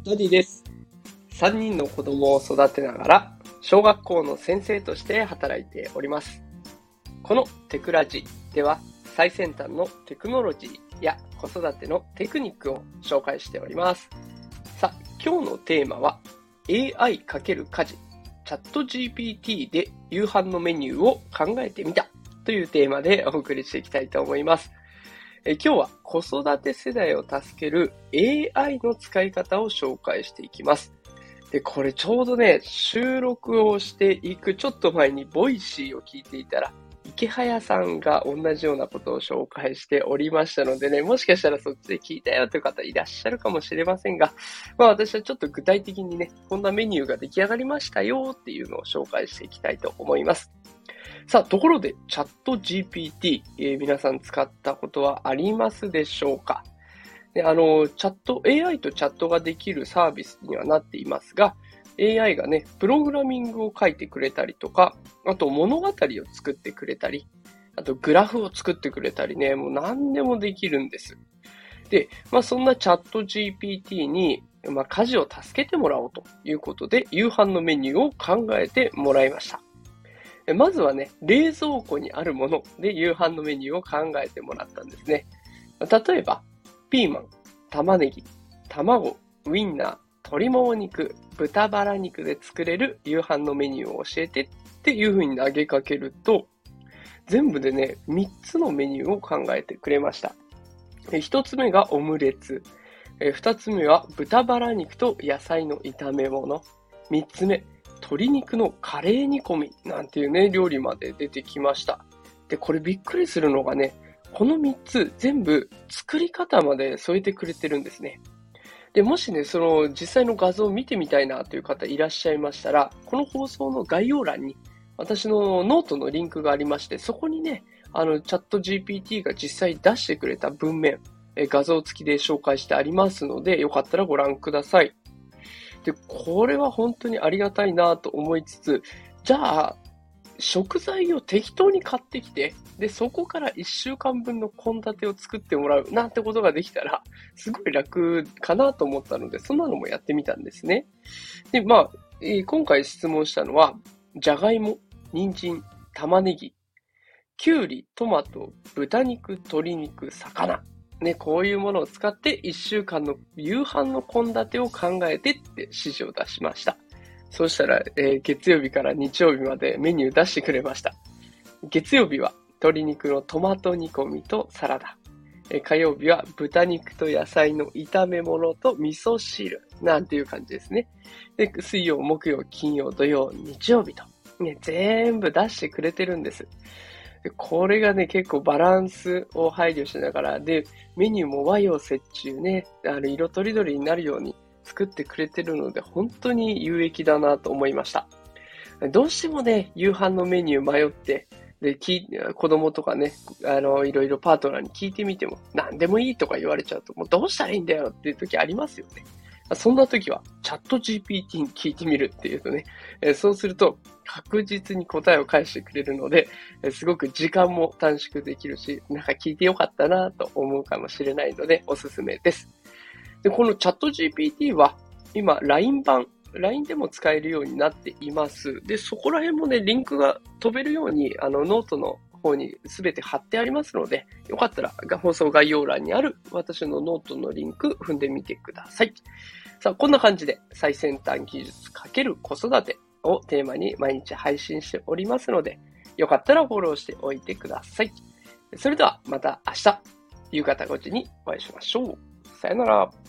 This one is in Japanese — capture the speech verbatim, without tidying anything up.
ダディです。さんにんの子供を育てながら小学校の先生として働いております。このテクラジでは最先端のテクノロジーや子育てのテクニックを紹介しております。さあ、今日のテーマは エーアイ× 家事チャット ジーピーティー で夕飯のメニューを考えてみたというテーマでお送りしていきたいと思います。え今日は子育て世代を助ける エーアイ の使い方を紹介していきます。で、これちょうどね、収録をしていくちょっと前にボイシーを聞いていたら、池早さんが同じようなことを紹介しておりましたのでね、もしかしたらそっちで聞いたよという方いらっしゃるかもしれませんが、まあ私はちょっと具体的にね、こんなメニューが出来上がりましたよっていうのを紹介していきたいと思います。さあ、ところで、チャット ジーピーティー、えー、皆さん使ったことはありますでしょうか？で、あの、チャット、エーアイ とチャットができるサービスにはなっていますが、エーアイ がね、プログラミングを書いてくれたりとか、あと物語を作ってくれたり、あとグラフを作ってくれたりね、もう何でもできるんです。で、まあそんなチャット ジーピーティー に、まあ家事を助けてもらおうということで、夕飯のメニューを考えてもらいました。まずはね、冷蔵庫にあるもので夕飯のメニューを考えてもらったんですね。例えば、ピーマン、玉ねぎ、卵、ウインナー、鶏もも肉、豚バラ肉で作れる夕飯のメニューを教えてっていう風に投げかけると、全部でね、みっつのメニューを考えてくれました。ひとつめがオムレツ、ふたつめは豚バラ肉と野菜の炒め物、みっつめ、鶏肉のカレー煮込みなんていうね、料理まで出てきました。で、これびっくりするのがね、このみっつ全部作り方まで添えてくれてるんですね。で、もしね、その実際の画像を見てみたいなという方いらっしゃいましたら、この放送の概要欄に私のノートのリンクがありまして、そこにね、あのチャット ジーピーティー が実際出してくれた文面、画像付きで紹介してありますので、よかったらご覧ください。で、これは本当にありがたいなと思いつつ、じゃあ、食材を適当に買ってきて、で、そこからいっしゅうかんぶんの献立を作ってもらうなんてことができたら、すごい楽かなと思ったので、そんなのもやってみたんですね。で、まあ、えー、今回質問したのは、じゃがいも、人参、玉ねぎ、きゅうり、トマト、豚肉、鶏肉、魚。ね、こういうものを使っていっしゅうかんの夕飯の献立を考えてって指示を出しました。そうしたら、えー、月曜日から日曜日までメニュー出してくれました。月曜日は鶏肉のトマト煮込みとサラダ。えー、火曜日は豚肉と野菜の炒め物と味噌汁。なんていう感じですね。で、水曜、木曜、金曜、土曜、日曜日と、ね、全部出してくれてるんです。これがね、結構バランスを配慮しながら、で、メニューも和洋折衷ね、あの、色とりどりになるように作ってくれてるので、本当に有益だなと思いました。どうしてもね、夕飯のメニュー迷って、で、き子供とかね、あの、いろいろパートナーに聞いてみても、何でもいいとか言われちゃうと、もうどうしたらいいんだよっていう時ありますよね。そんな時は、チャット ジーピーティー に聞いてみるっていうとね、えそうすると、確実に答えを返してくれるので、えすごく時間も短縮できるし、なんか聞いてよかったなと思うかもしれないので、おすすめです。で、このチャット ジーピーティー は、今、ライン 版、ライン でも使えるようになっています。で、そこら辺もね、リンクが飛べるように、あの、ノートの方にすべて貼ってありますので、よかったら放送概要欄にある私のノートのリンク踏んでみてください。さあ、こんな感じで最先端技術×子育てをテーマに毎日配信しておりますので、よかったらフォローしておいてください。それではまた明日夕方ごじにお会いしましょう。さよなら。